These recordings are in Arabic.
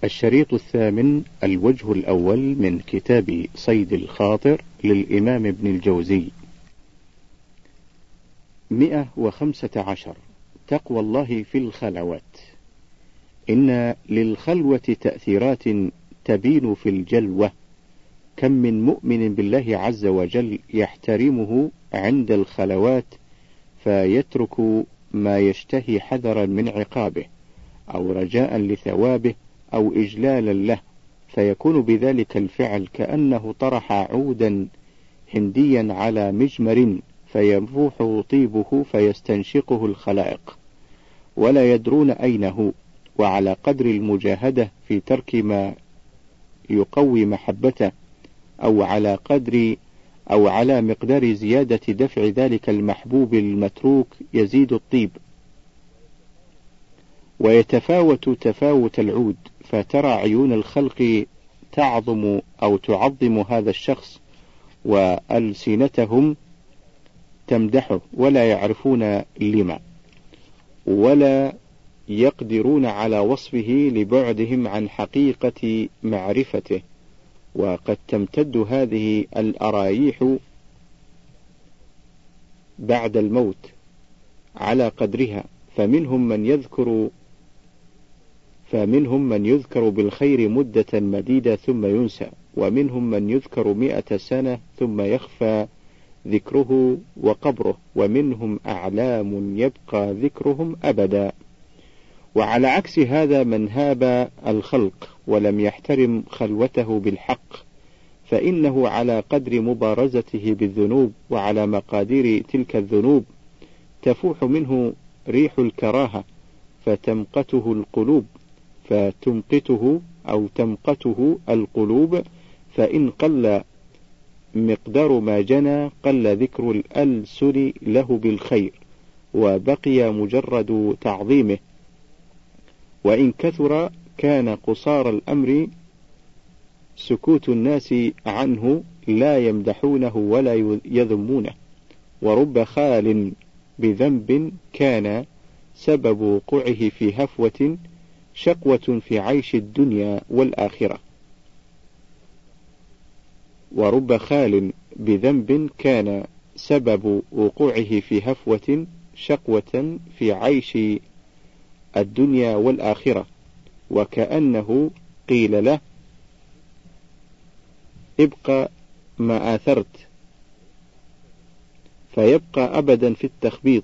الشريط الثامن، الوجه الأول من كتاب صيد الخاطر للإمام ابن الجوزي. 115. تقوى الله في الخلوات. إن للخلوة تأثيرات تبين في الجلوة، كم من مؤمن بالله عز وجل يحترمه عند الخلوات فيترك ما يشتهي حذرا من عقابه أو رجاء لثوابه أو إجلالا له، فيكون بذلك الفعل كأنه طرح عودا هنديا على مجمر فينفوح طيبه فيستنشقه الخلائق ولا يدرون أين هو، وعلى قدر المجاهدة في ترك ما يقوي محبته أو على مقدار زيادة دفع ذلك المحبوب المتروك يزيد الطيب، ويتفاوت تفاوت العود، فترى عيون الخلق تعظم أو تعظم هذا الشخص وألسنتهم تمدحه، ولا يعرفون لما، ولا يقدرون على وصفه لبعدهم عن حقيقة معرفته. وقد تمتد هذه الأرايح بعد الموت على قدرها، فمنهم من يذكر بالخير مدة مديدة ثم ينسى، ومنهم من يذكر 100 سنة ثم يخفى ذكره وقبره، ومنهم أعلام يبقى ذكرهم أبدا. وعلى عكس هذا من هاب الخلق ولم يحترم خلوته بالحق، فإنه على قدر مبارزته بالذنوب وعلى مقادير تلك الذنوب تفوح منه ريح الكراهة فتمقته القلوب، فإن قل مقدار ما جنى قل ذكر الألسن له بالخير وبقي مجرد تعظيمه، وإن كثر كان قصار الأمر سكوت الناس عنه لا يمدحونه ولا يذمونه. ورب خال بذنب كان سبب وقوعه في هفوة شقوة في عيش الدنيا والآخرة. ورب خال بذنب كان سبب وقوعه في هفوة شقوة في عيش الدنيا والآخرة، وكأنه قيل له ابقى ما آثرت، فيبقى أبدا في التخبيط.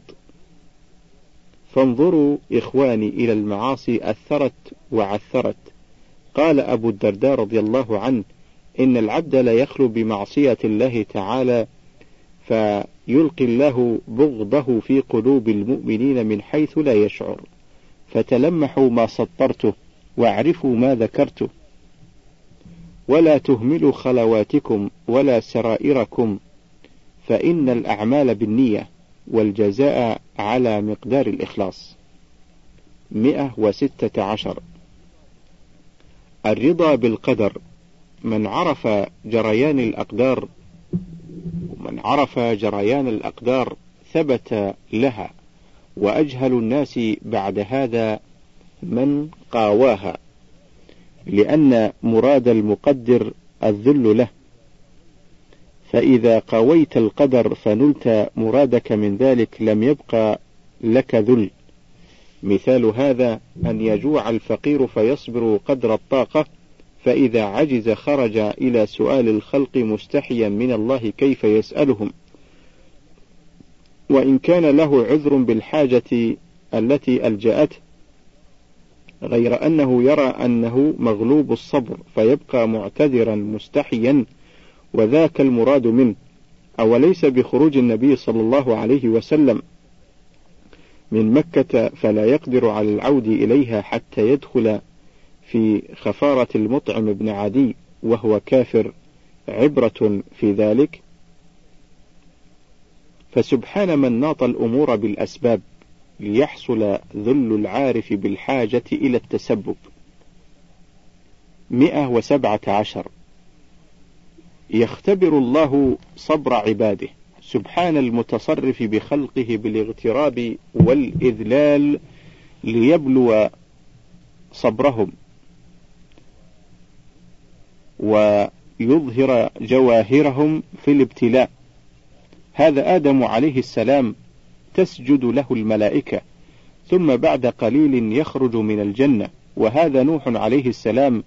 فانظروا إخواني إلى المعاصي أثرت وعثرت. قال أبو الدرداء رضي الله عنه: إن العبد لا يخلو بمعصية الله تعالى فيلقي الله بغضه في قلوب المؤمنين من حيث لا يشعر، فتلمحوا ما سطرته واعرفوا ما ذكرته، ولا تهملوا خلواتكم ولا سرائركم، فإن الأعمال بالنية والجزاء على مقدار الإخلاص. 116. الرضا بالقدر. من عرف جريان الأقدار ثبت لها، وأجهل الناس بعد هذا من قاواها، لأن مراد المقدر الذل له، فإذا قويت القدر فنلت مرادك من ذلك لم يبقى لك ذل. مثال هذا أن يجوع الفقير فيصبر قدر الطاقة، فإذا عجز خرج إلى سؤال الخلق مستحيا من الله كيف يسألهم، وإن كان له عذر بالحاجة التي ألجأته، غير أنه يرى أنه مغلوب الصبر فيبقى معتذرا مستحيا، وذاك المراد منه. أوليس بخروج النبي صلى الله عليه وسلم من مكة فلا يقدر على العود إليها حتى يدخل في خفارة المطعم بن عدي وهو كافر عبرة في ذلك؟ فسبحان من ناط الأمور بالأسباب ليحصل ذل العارف بالحاجة إلى التسبب. 117. يختبر الله صبر عباده. سبحان المتصرف بخلقه بالاغتراب والإذلال ليبلو صبرهم، ويظهر جواهرهم في الابتلاء. هذا آدم عليه السلام تسجد له الملائكة، ثم بعد قليل يخرج من الجنة. وهذا نوح عليه السلام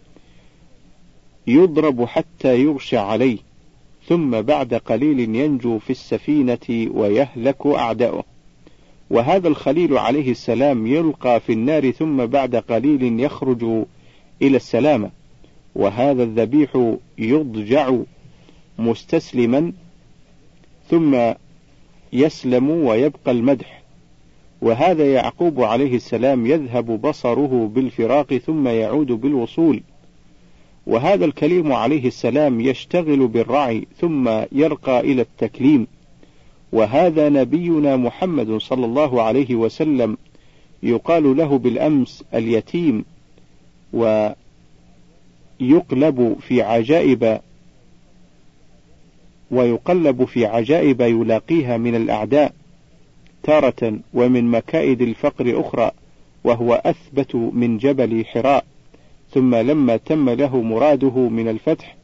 يضرب حتى يغشى عليه، ثم بعد قليل ينجو في السفينة ويهلك أعداؤه. وهذا الخليل عليه السلام يلقى في النار، ثم بعد قليل يخرج إلى السلامة. وهذا الذبيح يضجع مستسلما، ثم يسلم ويبقى المدح. وهذا يعقوب عليه السلام يذهب بصره بالفراق، ثم يعود بالوصول. وهذا الكليم عليه السلام يشتغل بالرعي، ثم يرقى إلى التكليم. وهذا نبينا محمد صلى الله عليه وسلم يقال له بالأمس اليتيم، ويقلب في عجائب يلاقيها من الأعداء تارة، ومن مكائد الفقر أخرى، وهو أثبت من جبل حراء. ثم لما تم له مراده من الفتح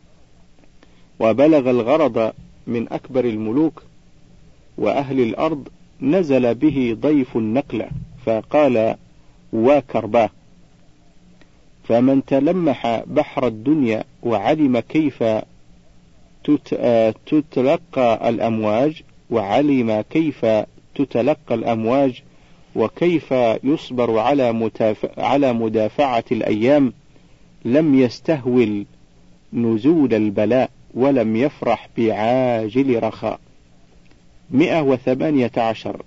وبلغ الغرض من أكبر الملوك وأهل الأرض، نزل به ضيف النقلة فقال: وكرباه. فمن تلمح بحر الدنيا وعلم كيف تتلقى الأمواج وكيف يصبر على مدافعة الأيام، لم يستهول نزول البلاء ولم يفرح بعاجل رخاء. 118.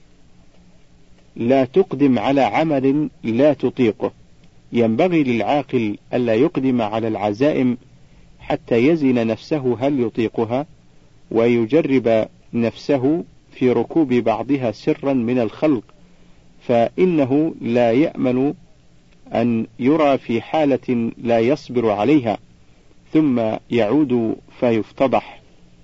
لا تقدم على عمل لا تطيقه. ينبغي للعاقل ألا يقدم على العزائم حتى يزن نفسه هل يطيقها، ويجرب نفسه في ركوب بعضها سرا من الخلق، فإنه لا يأمن أن يرى في حالة لا يصبر عليها ثم يعود فيفتضح.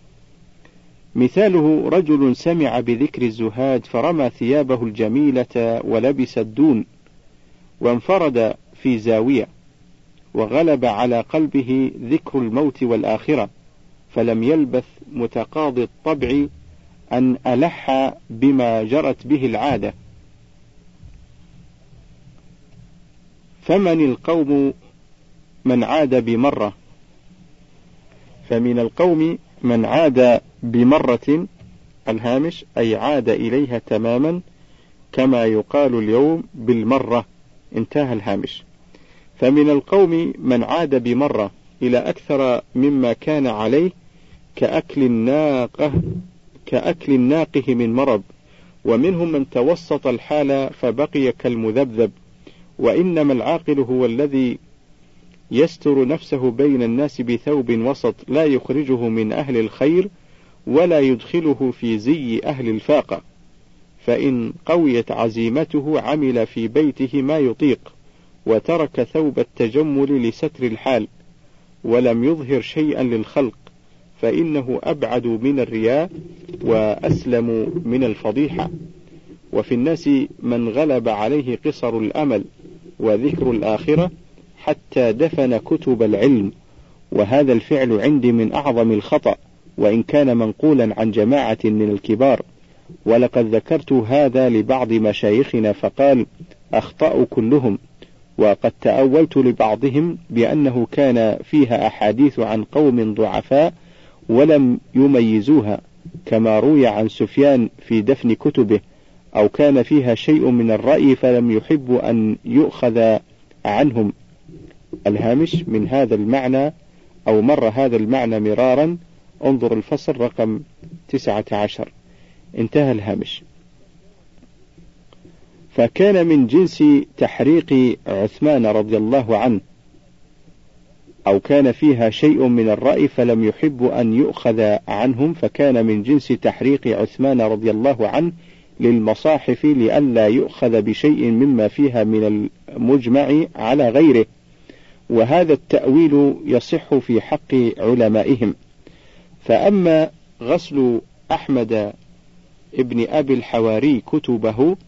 مثاله رجل سمع بذكر الزهاد فرمى ثيابه الجميلة ولبس الدون، وانفرد في زاوية، وغلب على قلبه ذكر الموت والآخرة، فلم يلبث متقاضي الطبع أن ألح بما جرت به العادة. فمن القوم من عاد بمرة الهامش أي عاد إليها تماما، كما يقال اليوم بالمرة. انتهى الهامش. فمن القوم من عاد بمرة إلى أكثر مما كان عليه، كأكل الناقه من مرض. ومنهم من توسط الحال فبقي كالمذبذب. وإنما العاقل هو الذي يستر نفسه بين الناس بثوب وسط، لا يخرجه من أهل الخير ولا يدخله في زي أهل الفاقة. فإن قويت عزيمته عمل في بيته ما يطيق، وترك ثوب التجمل لستر الحال، ولم يظهر شيئا للخلق، فإنه أبعد من الرياء وأسلم من الفضيحة. وفي الناس من غلب عليه قصر الأمل وذكر الآخرة حتى دفن كتب العلم، وهذا الفعل عندي من أعظم الخطأ، وإن كان منقولا عن جماعة من الكبار. ولقد ذكرت هذا لبعض مشايخنا فقال: أخطأوا كلهم. وقد تأولت لبعضهم بأنه كان فيها أحاديث عن قوم ضعفاء ولم يميزوها، كما روي عن سفيان في دفن كتبه، أو كان فيها شيء من الرأي فلم يحبوا أن يؤخذ عنهم. الهامش من هذا المعنى، أو مر هذا المعنى مرارا، انظر الفصل رقم 19. انتهى الهامش. فكان من جنس تحريق عثمان رضي الله عنه، أو كان فيها شيء من الرأي فلم يحب أن يؤخذ عنهم، فكان من جنس تحريق عثمان رضي الله عنه للمصاحف لئلا يؤخذ بشيء مما فيها من المجمع على غيره. وهذا التأويل يصح في حق علمائهم. فأما غسل أحمد ابن أبي الحواري كتبه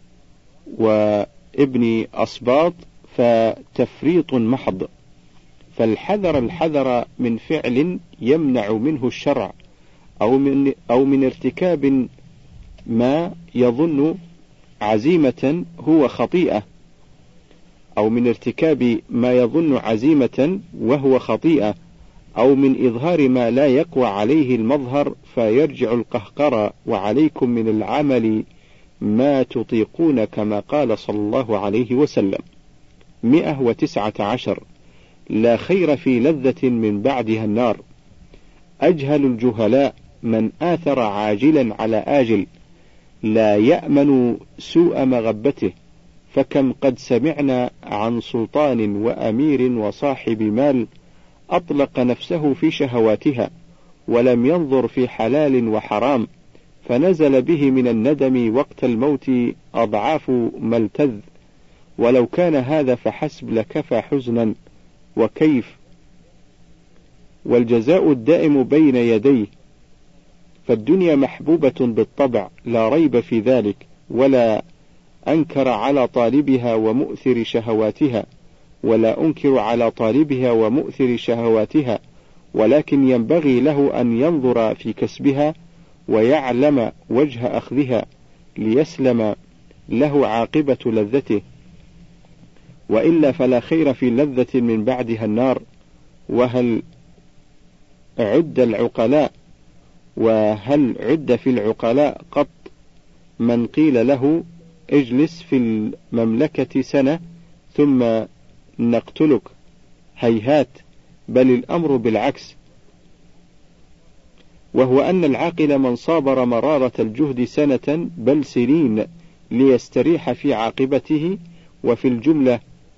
وابن أصباط فتفريط محض، فالحذر الحذر من فعل يمنع منه الشرع، أو من ارتكاب ما يظن عزيمة هو خطيئة، أو من ارتكاب ما يظن عزيمة وهو خطيئة، أو من إظهار ما لا يقوى عليه المظهر فيرجع القهقرى. وعليكم من العمل ما تطيقون كما قال صلى الله عليه وسلم. 119. لا خير في لذة من بعدها النار. أجهل الجهلاء من آثر عاجلا على آجل، لا يأمن سوء مغبته. فكم قد سمعنا عن سلطان وأمير وصاحب مال أطلق نفسه في شهواتها ولم ينظر في حلال وحرام، فنزل به من الندم وقت الموت أضعاف ما التذ، ولو كان هذا فحسب لكفى حزنا. وكيف والجزاء الدائم بين يديه. فالدنيا محبوبة بالطبع لا ريب في ذلك، ولا أنكر على طالبها ومؤثر شهواتها، ولا أنكر على طالبها ومؤثر شهواتها، ولكن ينبغي له أن ينظر في كسبها ويعلم وجه أخذها ليسلم له عاقبة لذته، وإلا فلا خير في لذة من بعدها النار. وهل عد في العقلاء قط من قيل له اجلس في المملكة سنة ثم نقتلك؟ هيهات، بل الأمر بالعكس، وهو أن العاقل من صابر مرارة الجهد سنة بل سنين ليستريح في عاقبته. وفي الجملة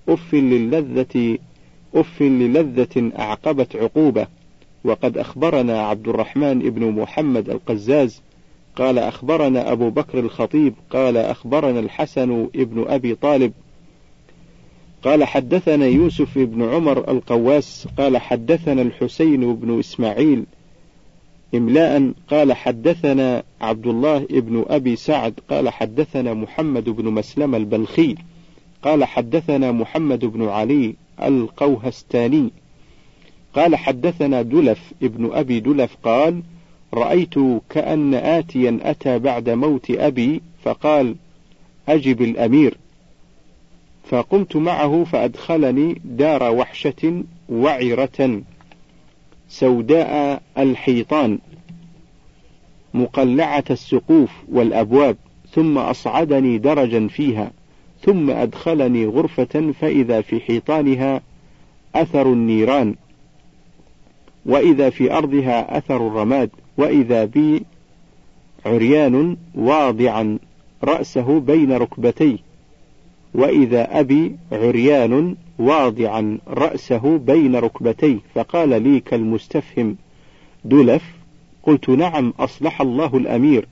أف للذة أعقبت عقوبة. وقد أخبرنا عبد الرحمن بن محمد القزاز قال أخبرنا أبو بكر الخطيب قال أخبرنا الحسن بن أبي طالب قال حدثنا يوسف بن عمر القواس قال حدثنا الحسين بن إسماعيل إملاء قال حدثنا عبد الله بن أبي سعد قال حدثنا محمد بن مسلم البلخي قال حدثنا محمد بن علي القوهستاني قال حدثنا دلف ابن أبي دلف قال رأيت كأن آتيا أتى بعد موت أبي فقال أجب الأمير، فقمت معه فأدخلني دار وحشة وعرة سوداء الحيطان مقلعة السقوف والأبواب، ثم أصعدني درجا فيها، ثم أدخلني غرفة فإذا في حيطانها أثر النيران، وإذا في أرضها أثر الرماد، وإذا بي عريان واضعا رأسه بين ركبتيه، وإذا أبي عريان واضعا رأسه بين ركبتيه، فقال لي كالمستفهم دلف؟ قلت نعم أصلح الله الأمير.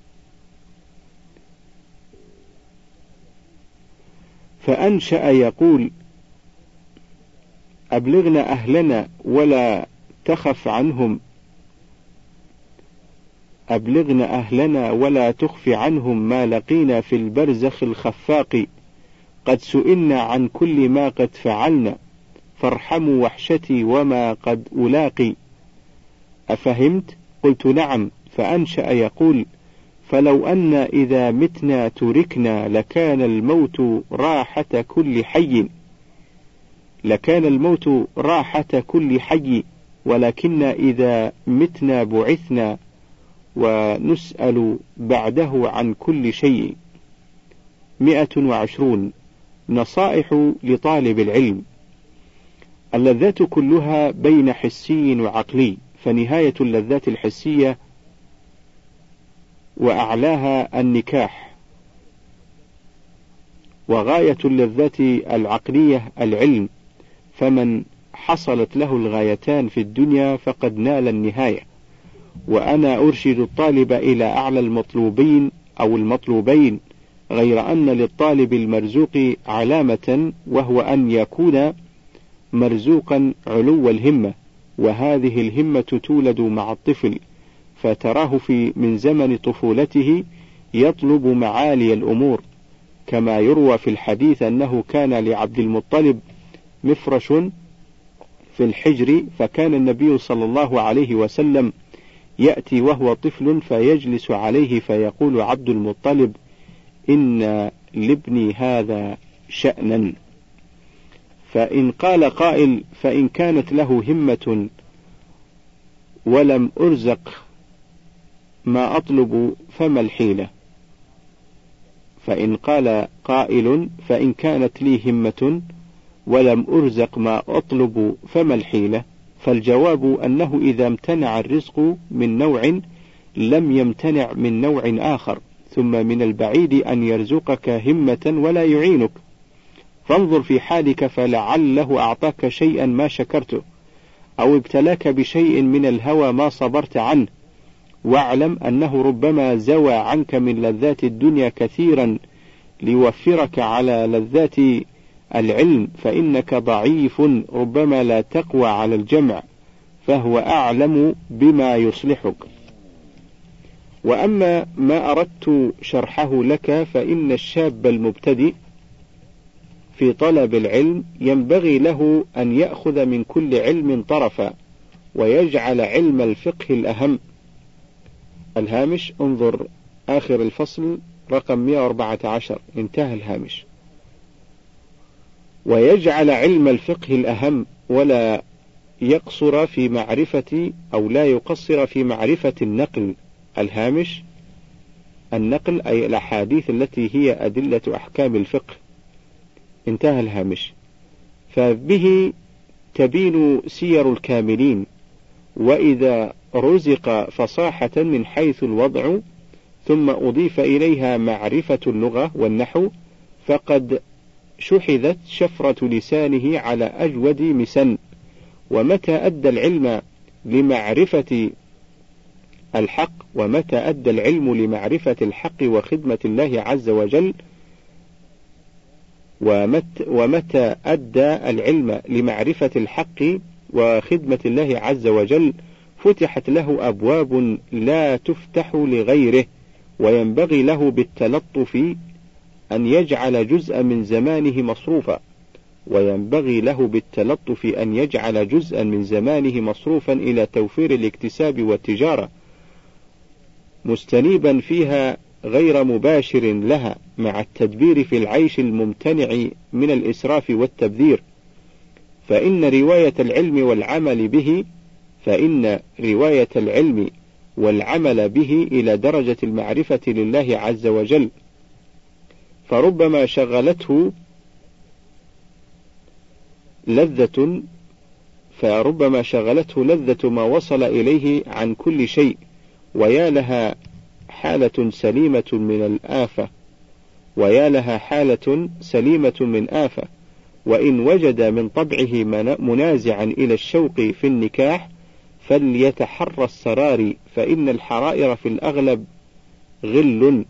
فأنشأ يقول أبلغنا أهلنا ولا تخف عنهم، أبلغنا أهلنا ولا تخف عنهم ما لقينا في البرزخ الخفاق، قد سئلنا عن كل ما قد فعلنا، فارحموا وحشتي وما قد ألاقي. أفهمت؟ قلت نعم. فأنشأ يقول فلو أن إذا متنا تركنا لكان الموت راحة كل حي، لكان الموت راحة كل حي، ولكن إذا متنا بعثنا ونسأل بعده عن كل شيء. 120. نصائح لطالب العلم. اللذات كلها بين حسي وعقلي، فنهاية اللذات الحسية وأعلاها النكاح، وغاية اللذات العقلية العلم، فمن حصلت له الغايتان في الدنيا فقد نال النهاية. وأنا أرشد الطالب إلى أعلى المطلوبين أو المطلوبين، غير أن للطالب المرزوق علامة، وهو أن يكون مرزوقا علو الهمة، وهذه الهمة تولد مع الطفل، فتراه من زمن طفولته يطلب معالي الأمور، كما يروى في الحديث أنه كان لعبد المطلب مفرش في الحجر، فكان النبي صلى الله عليه وسلم يأتي وهو طفل فيجلس عليه فيقول عبد المطلب: إن لابني هذا شأنا. فإن قال قائل: فإن كانت له همة ولم أرزق ما أطلب فما الحيلة؟ فإن قال قائل: فإن كانت لي همة ولم أرزق ما أطلب فما الحيلة؟ فالجواب أنه إذا امتنع الرزق من نوع لم يمتنع من نوع آخر، ثم من البعيد أن يرزقك همة ولا يعينك، فانظر في حالك فلعله أعطاك شيئا ما شكرته، أو ابتلاك بشيء من الهوى ما صبرت عنه، واعلم أنه ربما زوى عنك من لذات الدنيا كثيرا ليوفرك على لذات العلم، فإنك ضعيف ربما لا تقوى على الجمع، فهو أعلم بما يصلحك. وأما ما أردت شرحه لك، فإن الشاب المبتدئ في طلب العلم ينبغي له أن يأخذ من كل علم طرفا، ويجعل علم الفقه الأهم. الهامش انظر آخر الفصل رقم 114، انتهى الهامش. ويجعل علم الفقه الأهم، ولا يقصر في معرفة أو لا يقصر في معرفة النقل. الهامش النقل أي الأحاديث التي هي أدلة أحكام الفقه، انتهى الهامش. فبه تبين سير الكاملين، وإذا رزق فصاحة من حيث الوضع ثم أضيف إليها معرفة اللغة والنحو فقد شحذت شفرة لسانه على أجود مسن. ومتى أدى العلم لمعرفة الحق الحق وخدمة الله عز وجل، ومتى أدى العلم لمعرفة الحق وخدمة الله عز وجل فتحت له أبواب لا تفتح لغيره، وينبغي له بالتلطف أن يجعل جزءا من زمانه مصروفا إلى توفير الاكتساب والتجارة، مستنيبا فيها غير مباشر لها، مع التدبير في العيش الممتنع من الإسراف والتبذير. فإن رواية العلم والعمل به إلى درجة المعرفة لله عز وجل، فربما شغلته لذة ما وصل إليه عن كل شيء، ويا لها حالة سليمة من آفة. وإن وجد من طبعه منازعا إلى الشوق في النكاح فليتحرى السرار، فإن الحرائر في الأغلب غل،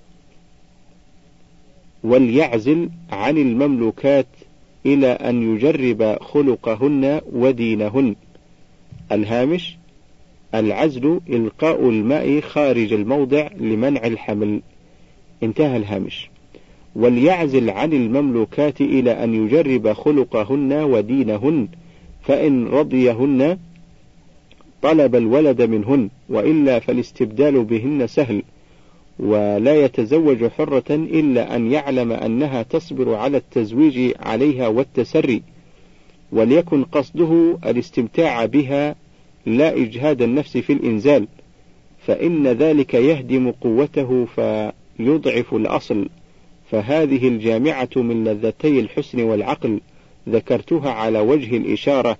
وليعزل عن المملوكات إلى أن يجرب خلقهن ودينهن. الهامش العزل إلقاء الماء خارج الموضع لمنع الحمل، انتهى الهامش. وليعزل عن المملوكات إلى أن يجرب خلقهن ودينهن، فإن رضيهن طلب الولد منهن، وإلا فالاستبدال بهن سهل. ولا يتزوج حرة إلا أن يعلم أنها تصبر على التزويج عليها والتسري، وليكن قصده الاستمتاع بها لا إجهاد النفس في الإنزال، فإن ذلك يهدم قوته فيضعف الأصل. فهذه الجامعة من لذتي الحسن والعقل ذكرتها على وجه الإشارة،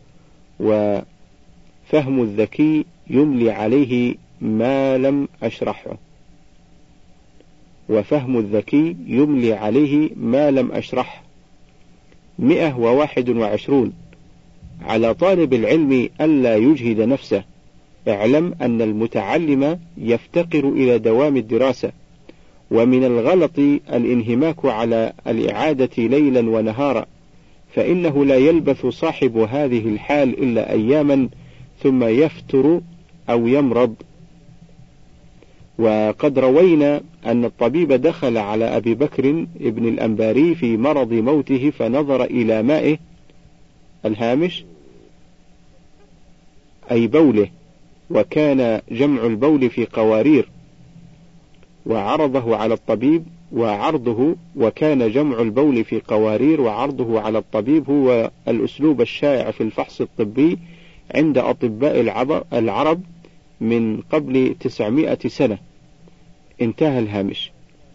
وفهم الذكي يملي عليه ما لم أشرحه. 121. على طالب العلم ألا يجهد نفسه. اعلم أن المتعلم يفتقر إلى دوام الدراسة، ومن الغلط الانهماك على الإعادة ليلا ونهارا، فإنه لا يلبث صاحب هذه الحال إلا أياما ثم يفتر أو يمرض. وقد روينا أن الطبيب دخل على أبي بكر ابن الأنباري في مرض موته فنظر إلى مائه. الهامش أي بوله، وكان جمع البول في قوارير، وعرضه على الطبيب وعرضه، وكان جمع البول في قوارير وعرضه على الطبيب هو الأسلوب الشائع في الفحص الطبي عند أطباء العرب من قبل 900 سنة. انتهى الهامش.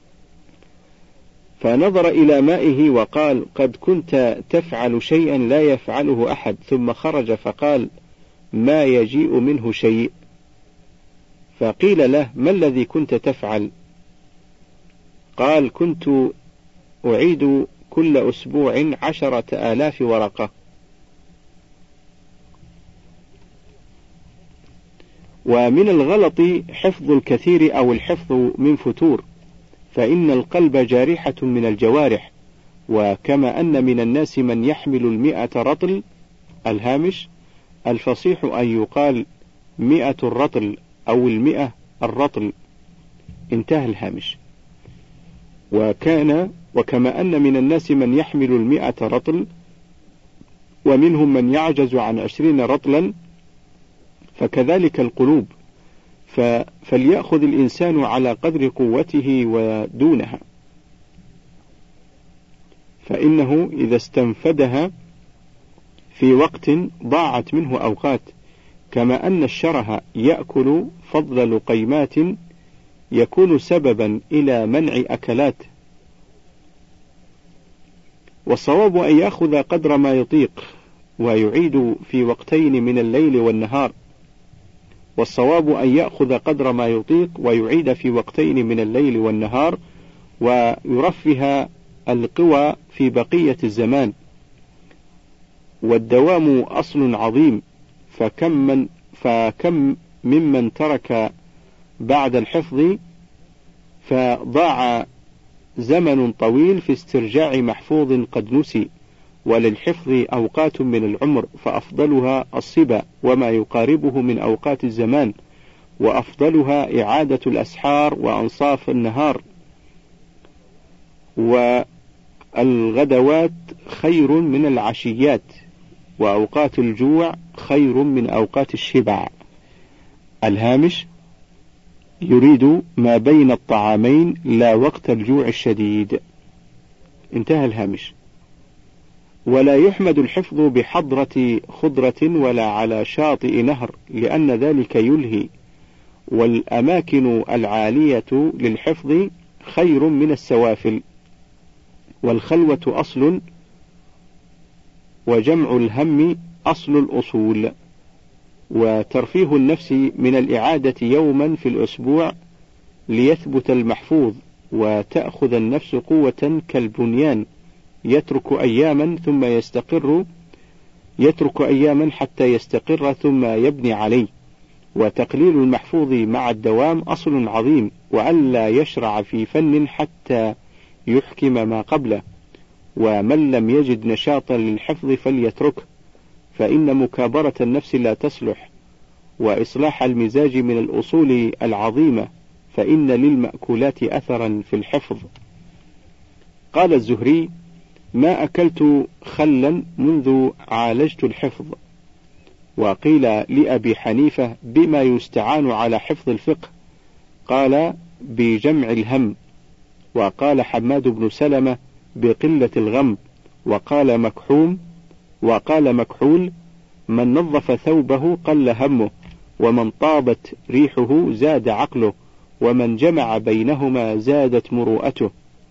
فنظر إلى مائه وقال: قد كنت تفعل شيئا لا يفعله أحد. ثم خرج فقال: ما يجيء منه شيء. فقيل له: ما الذي كنت تفعل؟ قال: كنت أعيد كل أسبوع 10,000 ورقة. ومن الغلط حفظ الكثير أو الحفظ من فتور، فإن القلب جارحة من الجوارح، وكما أن من الناس من يحمل 100 رطل. الهامش: الفصيح أن يقال 100 الرطل أو 100 الرطل. انتهى الهامش. وكما أن من الناس من يحمل 100 رطل، ومنهم من يعجز عن 20 رطلا، فكذلك القلوب، فليأخذ الإنسان على قدر قوته ودونها، فإنه إذا استنفدها في وقت ضاعت منه أوقات، كما أن الشره يأكل فضل لقيمات يكون سببا إلى منع أكلات. والصواب أن يأخذ قدر ما يطيق ويعيد في وقتين من الليل والنهار. والصواب أن يأخذ قدر ما يطيق ويعيد في وقتين من الليل والنهار، ويرفه القوى في بقية الزمان. والدوام أصل عظيم، فكم ممن ترك بعد الحفظ فضاع زمن طويل في استرجاع محفوظ قد نسي. وللحفظ أوقات من العمر، فأفضلها الصبا وما يقاربه من أوقات الزمان، وأفضلها إعادة الأسحار وأنصاف النهار. والغدوات خير من العشيات، وأوقات الجوع خير من أوقات الشبع. الهامش: يريد ما بين الطعامين لا وقت الجوع الشديد. انتهى الهامش. ولا يحمد الحفظ بحضرة خضرة ولا على شاطئ نهر، لأن ذلك يلهي. والأماكن العالية للحفظ خير من السوافل. والخلوة أصل، وجمع الهم أصل الأصول. وترفيه النفس من الإعادة يوما في الأسبوع ليثبت المحفوظ، وتأخذ النفس قوة كالبنيان، يترك أياما حتى يستقر ثم يبني عليه. وتقليل المحفوظ مع الدوام أصل عظيم، وألا يشرع في فن حتى يحكم ما قبله. ومن لم يجد نشاطا للحفظ فليتركه، فإن مكابرة النفس لا تصلح. وإصلاح المزاج من الأصول العظيمة، فإن للمأكولات أثرا في الحفظ. قال الزهري: ما أكلت خلا منذ عالجت الحفظ. وقيل لأبي حنيفة: بما يستعان على حفظ الفقه؟ قال: بجمع الهم. وقال حماد بن سلمة: بقلة الغم. وقال مكحول: من نظف ثوبه قل همه، ومن طابت ريحه زاد عقله، ومن جمع بينهما زادت مروءته.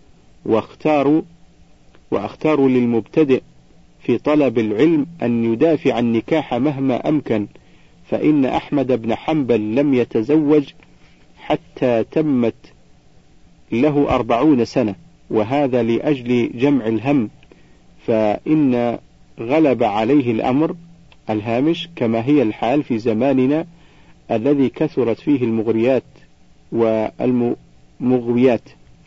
واختاروا للمبتدئ في طلب العلم أن يدافع النكاح مهما أمكن، فإن أحمد بن حنبل لم يتزوج حتى تمت له 40 سنة، وهذا لأجل جمع الهم، فإن غلب عليه الأمر. الهامش: كما هي الحال في زماننا الذي كثرت فيه المغريات والمغويات.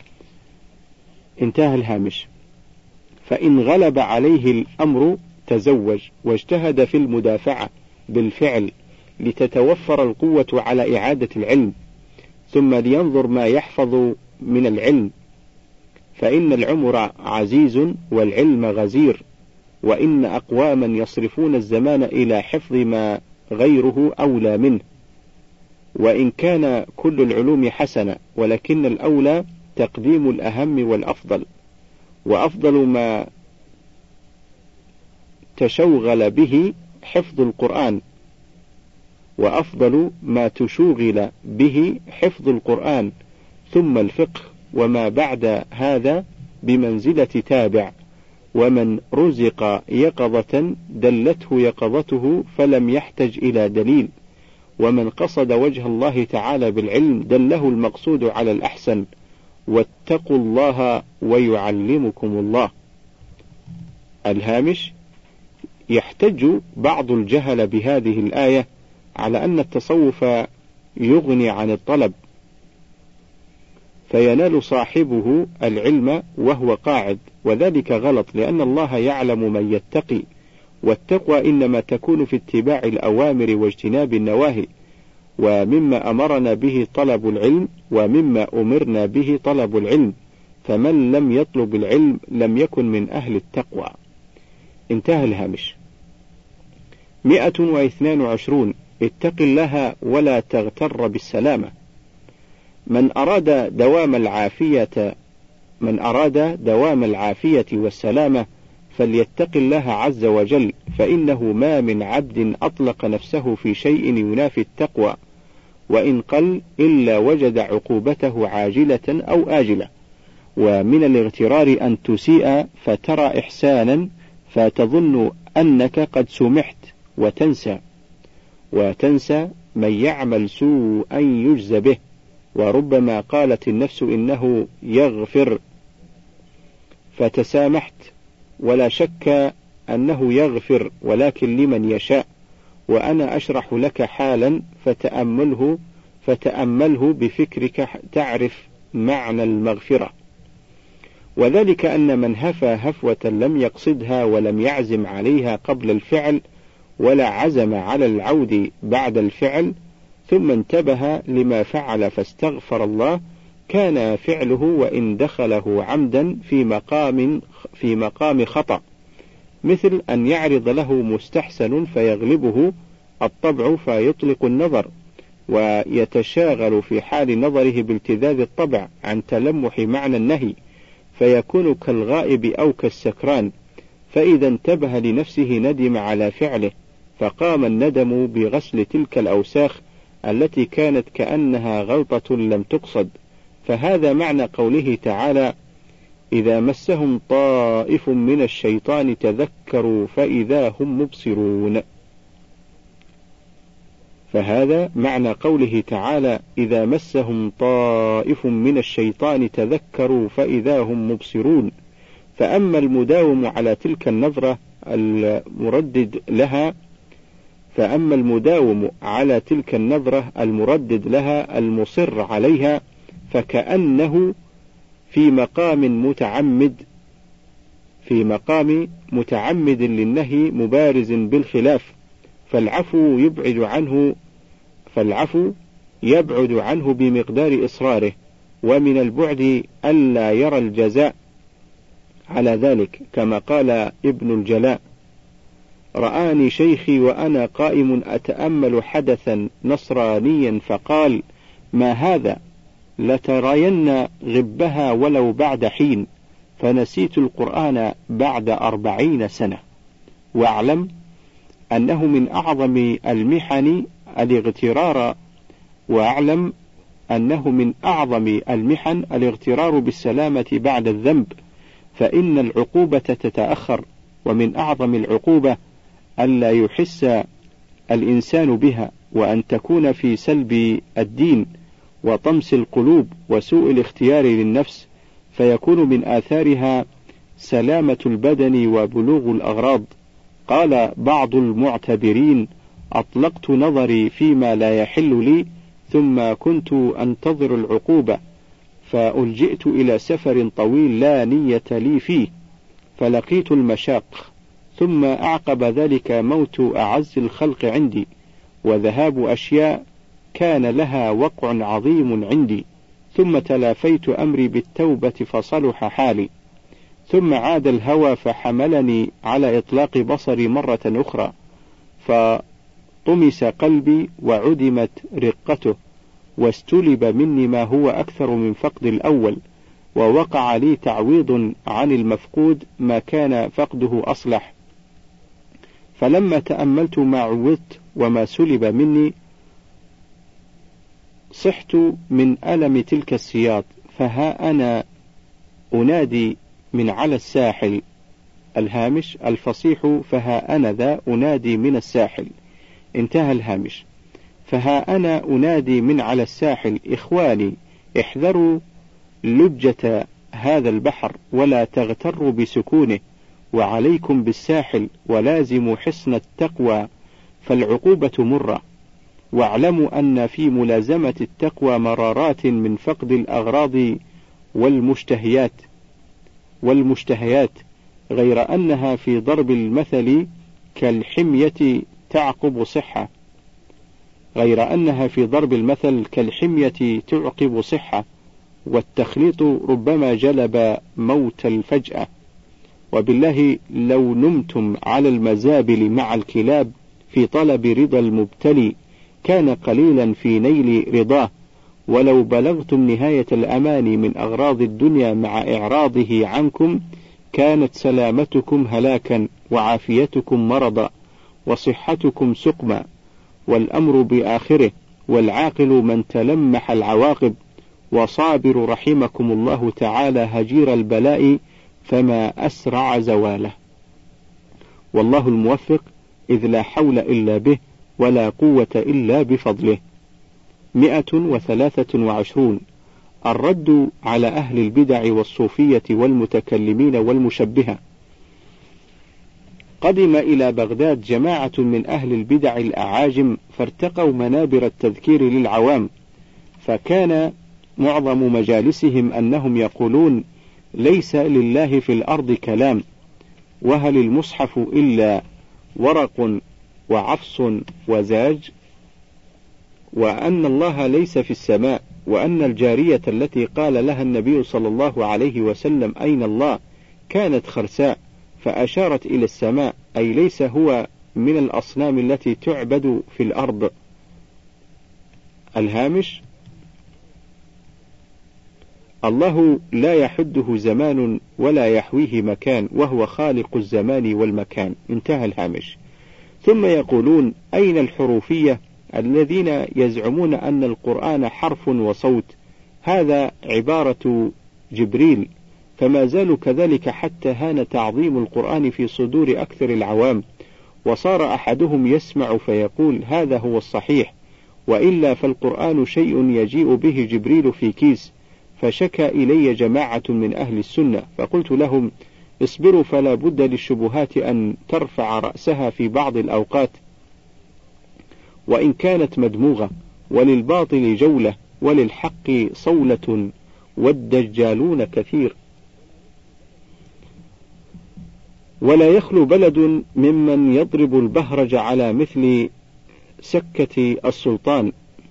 انتهى الهامش. فإن غلب عليه الأمر تزوج، واجتهد في المدافعة بالفعل لتتوفر القوة على إعادة العلم، ثم لينظر ما يحفظ من العلم، فإن العمر عزيز والعلم غزير، وإن أقواما يصرفون الزمان إلى حفظ ما غيره أولى منه، وإن كان كل العلوم حسنة، ولكن الأولى تقديم الأهم والأفضل، وأفضل ما تشوغل به حفظ القرآن، وأفضل ما تشوغل به حفظ القرآن، ثم الفقه، وما بعد هذا بمنزلة تابع، ومن رزق يقظة دلته يقظته فلم يحتج إلى دليل، ومن قصد وجه الله تعالى بالعلم دله المقصود على الأحسن، واتقوا الله ويعلمكم الله. الهامش: يحتج بعض الجهل بهذه الآية على أن التصوف يغني عن الطلب، فينال صاحبه العلم وهو قاعد، وذلك غلط، لأن الله يعلم من يتقي، والتقوى إنما تكون في اتباع الأوامر واجتناب النواهي، ومما أمرنا به طلب العلم، ومما أمرنا به طلب العلم، فمن لم يطلب العلم لم يكن من أهل التقوى. انتهى الهامش. 122. اتق الله ولا تغتر بالسلامة. من أراد دوام العافية والسلامة فليتق الله عز وجل، فإنه ما من عبد أطلق نفسه في شيء ينافي التقوى وإن قل إلا وجد عقوبته عاجلة أو آجلة. ومن الاغترار أن تسيء فترى إحسانا فتظن أنك قد سمحت وتنسى من يعمل سوءا يجزى به، وربما قالت النفس إنه يغفر فتسامحت، ولا شك أنه يغفر ولكن لمن يشاء، وأنا أشرح لك حالا فتأمله بفكرك تعرف معنى المغفرة، وذلك أن من هفى هفوة لم يقصدها ولم يعزم عليها قبل الفعل ولا عزم على العود بعد الفعل، ثم انتبه لما فعل فاستغفر الله، كان فعله وإن دخله عمدا في مقام خطأ، مثل أن يعرض له مستحسن فيغلبه الطبع فيطلق النظر، ويتشاغل في حال نظره بالتذاذ الطبع عن تلمح معنى النهي، فيكون كالغائب أو كالسكران، فإذا انتبه لنفسه ندم على فعله، فقام الندم بغسل تلك الأوساخ التي كانت كأنها غلطة لم تقصد. فهذا معنى قوله تعالى: إذا مسهم طائف من الشيطان تذكروا فإذا هم مبصرون. فهذا معنى قوله تعالى: إذا مسهم طائف من الشيطان تذكروا فإذا هم مبصرون. فأما المداوم على تلك النظرة المردد لها المصر عليها، فكأنه في مقام متعمد للنهي مبارز بالخلاف، فالعفو يبعد عنه بمقدار إصراره، ومن البعد ألا يرى الجزاء على ذلك، كما قال ابن الجلاء: رآني شيخي وأنا قائم أتأمل حدثا نصرانيا فقال: ما هذا؟ لترين غبها ولو بعد حين، فنسيت القرآن بعد 40 سنة. واعلم أنه من أعظم المحن الاغترار بالسلامة بعد الذنب، فإن العقوبة تتأخر، ومن أعظم العقوبة ألا يحس الإنسان بها، وأن تكون في سلب الدين وطمس القلوب وسوء الاختيار للنفس، فيكون من آثارها سلامة البدن وبلوغ الأغراض. قال بعض المعتبرين: أطلقت نظري فيما لا يحل لي، ثم كنت أنتظر العقوبة، فألجئت إلى سفر طويل لا نية لي فيه، فلقيت المشاق، ثم أعقب ذلك موت أعز الخلق عندي، وذهاب أشياء كان لها وقع عظيم عندي، ثم تلافيت أمري بالتوبة فصلح حالي، ثم عاد الهوى فحملني على إطلاق بصري مرة أخرى، طمس قلبي وعدمت رقته، واستلب مني ما هو أكثر من فقد الأول، ووقع لي تعويض عن المفقود ما كان فقده أصلح. فلما تأملت ما عوضت وما سلب مني صحت من ألم تلك السياط، فها أنا أنادي من على الساحل. الهامش الفصيح فها أنا ذا أنادي من الساحل. انتهى الهامش. فها أنا أنادي من على الساحل: إخواني احذروا لجة هذا البحر ولا تغتروا بسكونه، وعليكم بالساحل ولازموا حصن التقوى فالعقوبة مرة، واعلموا أن في ملازمة التقوى مرارات من فقد الأغراض والمشتهيات، غير أنها في ضرب المثل كالحمية تعقب صحة، والتخليط ربما جلب موت الفجأة. وبالله لو نمتم على المزابل مع الكلاب في طلب رضا المبتلي كان قليلا في نيل رضاه، ولو بلغتم نهاية الأمان من أغراض الدنيا مع إعراضه عنكم كانت سلامتكم هلاكا، وعافيتكم مرضا، وصحتكم سقما، والأمر بآخره، والعاقل من تلمح العواقب، وصابر رحمكم الله تعالى هجير البلاء فما أسرع زواله. والله الموفق، إذ لا حول إلا به ولا قوة إلا بفضله. 123. الرد على أهل البدع والصوفية والمتكلمين والمشبهة. قدم إلى بغداد جماعة من أهل البدع الأعاجم فارتقوا منابر التذكير للعوام، فكان معظم مجالسهم أنهم يقولون: ليس لله في الأرض كلام، وهل المصحف إلا ورق وعفص وزاج، وأن الله ليس في السماء، وأن الجارية التي قال لها النبي صلى الله عليه وسلم: أين الله؟ كانت خرساء، فأشارت إلى السماء، أي ليس هو من الأصنام التي تعبد في الأرض. الهامش: الله لا يحده زمان ولا يحويه مكان، وهو خالق الزمان والمكان. انتهى الهامش. ثم يقولون: أين الحروفية الذين يزعمون أن القرآن حرف وصوت؟ هذا عبارة جبريل. فما زالوا كذلك حتى هان تعظيم القرآن في صدور أكثر العوام، وصار أحدهم يسمع فيقول: هذا هو الصحيح، وإلا فالقرآن شيء يجيء به جبريل في كيس. فشكى إلي جماعة من أهل السنة، فقلت لهم: اصبروا، فلا بد للشبهات أن ترفع رأسها في بعض الأوقات، وإن كانت مدموغة، وللباطل جولة، وللحق صولة، والدجالون كثير. ولا يخلو بلد ممن يضرب البهرج على مثل سكة السلطان.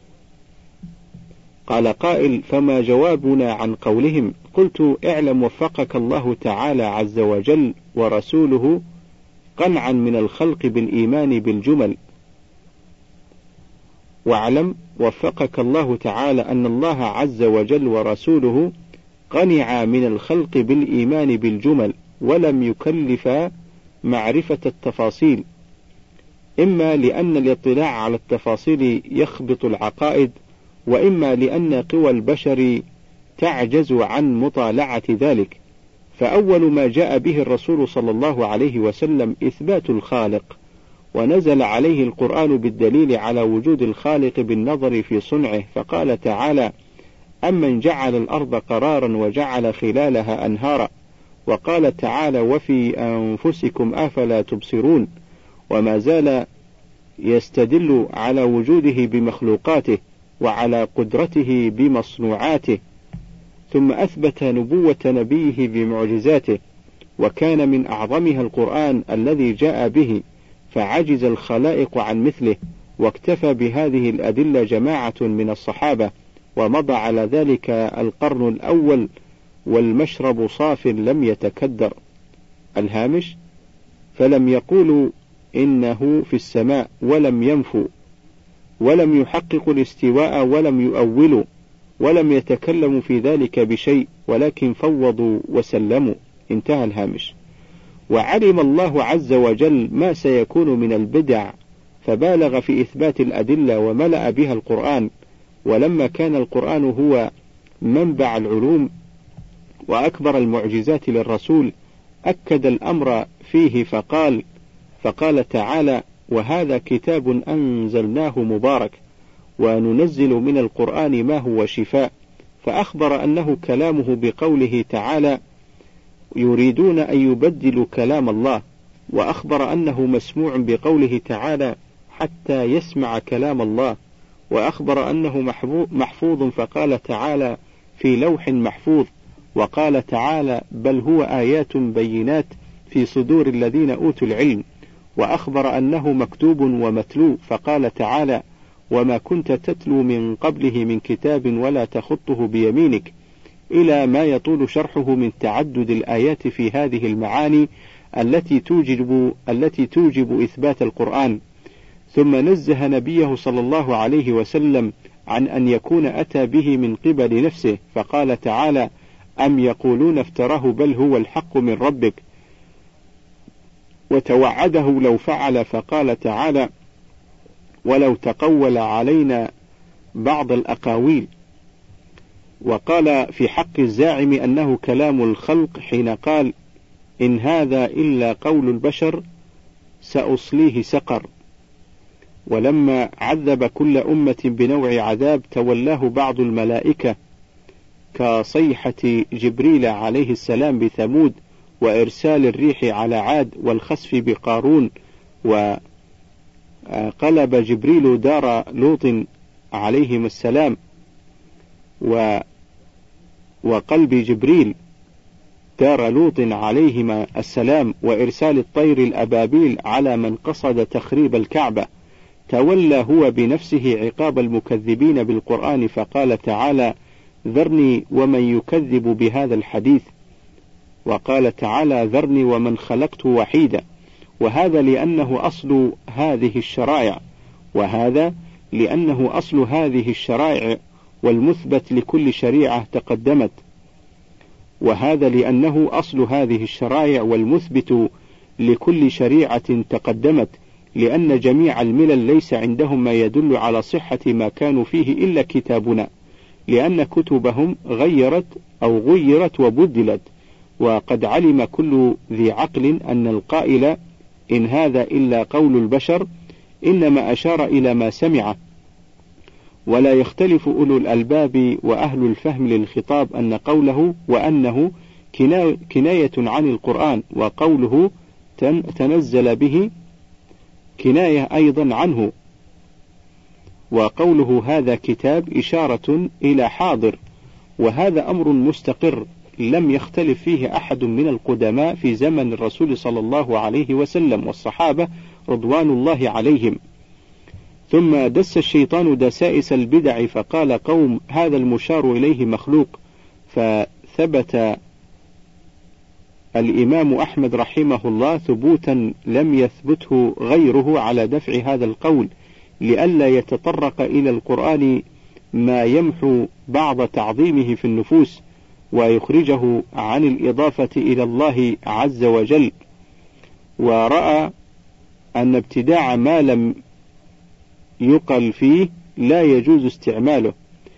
قال قائل: فما جوابنا عن قولهم؟ قلت: اعلم وفقك الله تعالى عز وجل ورسوله قنعا من الخلق بالإيمان بالجمل. واعلم وفقك الله تعالى أن الله عز وجل ورسوله قنعا من الخلق بالإيمان بالجمل، ولم يكلفا معرفة التفاصيل، إما لأن الاطلاع على التفاصيل يخبط العقائد، وإما لأن قوى البشر تعجز عن مطالعة ذلك. فأول ما جاء به الرسول صلى الله عليه وسلم إثبات الخالق، ونزل عليه القرآن بالدليل على وجود الخالق بالنظر في صنعه، فقال تعالى: أمن جعل الأرض قرارا وجعل خلالها أنهارا. وقال تعالى: وفي أنفسكم أفلا تبصرون. وما زال يستدل على وجوده بمخلوقاته وعلى قدرته بمصنوعاته. ثم أثبت نبوة نبيه بمعجزاته، وكان من أعظمها القرآن الذي جاء به، فعجز الخلائق عن مثله، واكتفى بهذه الأدلة جماعة من الصحابة، ومضى على ذلك القرن الأول، والمشرب صاف لم يتكدر. الهامش: فلم يقولوا إنه في السماء ولم ينفوا، ولم يحققوا الاستواء ولم يؤولوا، ولم يتكلموا في ذلك بشيء، ولكن فوضوا وسلموا. انتهى الهامش. وعلم الله عز وجل ما سيكون من البدع، فبالغ في إثبات الأدلة وملأ بها القرآن. ولما كان القرآن هو منبع العلوم وأكبر المعجزات للرسول، أكد الأمر فيه فقال تعالى: وهذا كتاب أنزلناه مبارك وننزل من القرآن ما هو شفاء. فأخبر أنه كلامه بقوله تعالى: يريدون أن يبدلوا كلام الله، وأخبر أنه مسموع بقوله تعالى: حتى يسمع كلام الله، وأخبر أنه محفوظ فقال تعالى: في لوح محفوظ، وقال تعالى: بل هو آيات بينات في صدور الذين أوتوا العلم، وأخبر أنه مكتوب ومتلو فقال تعالى: وما كنت تتلو من قبله من كتاب ولا تخطه بيمينك، إلى ما يطول شرحه من تعدد الآيات في هذه المعاني التي توجب إثبات القرآن. ثم نزه نبيه صلى الله عليه وسلم عن أن يكون أتى به من قبل نفسه، فقال تعالى: أم يقولون افتراه بل هو الحق من ربك، وتوعده لو فعل، فقال تعالى: ولو تقول علينا بعض الأقاويل. وقال في حق الزاعم أنه كلام الخلق حين قال: إن هذا إلا قول البشر سأصليه سقر. ولما عذب كل أمة بنوع عذاب تولاه بعض الملائكة كصيحة جبريل عليه السلام بثمود، وإرسال الريح على عاد، والخسف بقارون، وقلب جبريل دار لوط عليهم السلام، وقلب جبريل دار لوط عليهما السلام، وإرسال الطير الأبابيل على من قصد تخريب الكعبة. تولى هو بنفسه عقاب المكذبين بالقرآن، فقال تعالى: ذرني ومن يكذب بهذا الحديث. وقال تعالى: ذرني ومن خلقت وحيدا. وهذا لأنه أصل هذه الشرائع، وهذا لأنه أصل هذه الشرائع والمثبت لكل شريعة تقدمت، وهذا لأنه أصل هذه الشرائع والمثبت لكل شريعة تقدمت، لأن جميع الملل ليس عندهم ما يدل على صحة ما كانوا فيه إلا كتابنا، لأن كتبهم غيرت وبدلت. وقد علم كل ذي عقل أن القائل إن هذا إلا قول البشر إنما أشار إلى ما سمعه. ولا يختلف أولو الألباب وأهل الفهم للخطاب أن قوله وأنه كناية عن القرآن، وقوله تنزل به كناية أيضا عنه، وقوله هذا كتاب إشارة إلى حاضر. وهذا أمر مستقر لم يختلف فيه أحد من القدماء في زمن الرسول صلى الله عليه وسلم والصحابة رضوان الله عليهم. ثم دس الشيطان دسائس البدع، فقال قوم: هذا المشار إليه مخلوق. فثبت الإمام أحمد رحمه الله ثبوتا لم يثبته غيره على دفع هذا القول، لئلا يتطرق إلى القرآن ما يمحو بعض تعظيمه في النفوس ويخرجه عن الإضافة إلى الله عز وجل. ورأى أن ابتداع ما لم يقل فيه لا يجوز استعماله،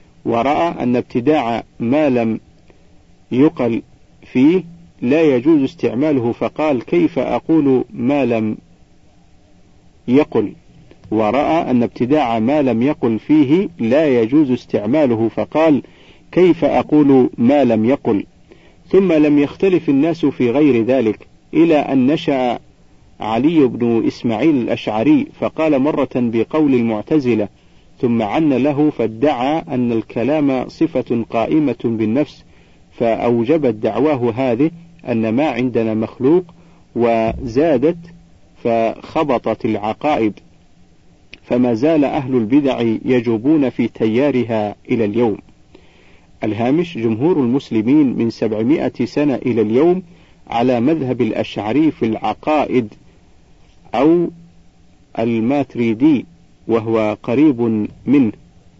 فقال: كيف أقول ما لم يقل. ورأى أن ابتداع ما لم يقل فيه لا يجوز استعماله، فقال: كيف أقول ما لم يقل. ثم لم يختلف الناس في غير ذلك، إلى أن نشأ علي بن إسماعيل الأشعري فقال مرة بقول المعتزلة، ثم عن له فادعى أن الكلام صفة قائمة بالنفس، فأوجبت دعواه هذه أن ما عندنا مخلوق، وزادت فخبطت العقائد، فما زال أهل البدع يجوبون في تيارها إلى اليوم. الهامش: جمهور المسلمين من 700 سنة إلى اليوم على مذهب الأشعري في العقائد أو الماتريدي وهو قريب منه،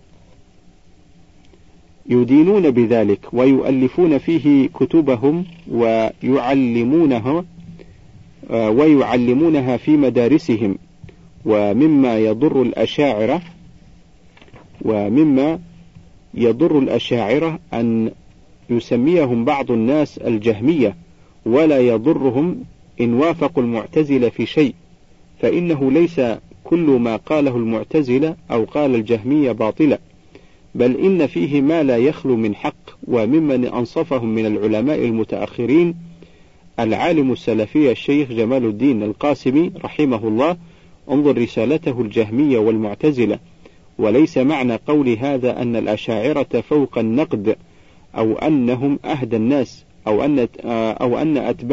يدينون بذلك ويؤلفون فيه كتبهم ويعلمونها في مدارسهم. ومما يضر الأشاعرة أن يسميهم بعض الناس الجهمية، ولا يضرهم إن وافقوا المعتزلة في شيء، فإنه ليس كل ما قاله المعتزلة أو قال الجهمية باطلا، بل إن فيه ما لا يخلو من حق. وممن أنصفهم من العلماء المتأخرين العالم السلفي الشيخ جمال الدين القاسمي رحمه الله، انظر رسالته الجهمية والمعتزلة. وليس معنى قول هذا أن الأشاعرة فوق النقد أو أنهم أهدى الناس أو أن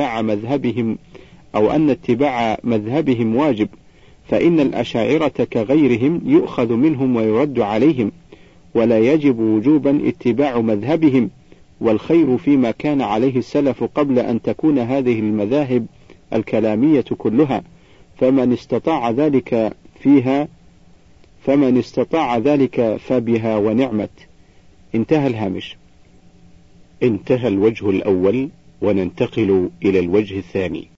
اتباع مذهبهم واجب، فإن الأشاعرة كغيرهم يؤخذ منهم ويرد عليهم، ولا يجب وجوبا اتباع مذهبهم، والخير فيما كان عليه السلف قبل أن تكون هذه المذاهب الكلامية كلها، فمن استطاع ذلك فبها ونعمت. انتهى الهامش. انتهى الوجه الأول، وننتقل إلى الوجه الثاني.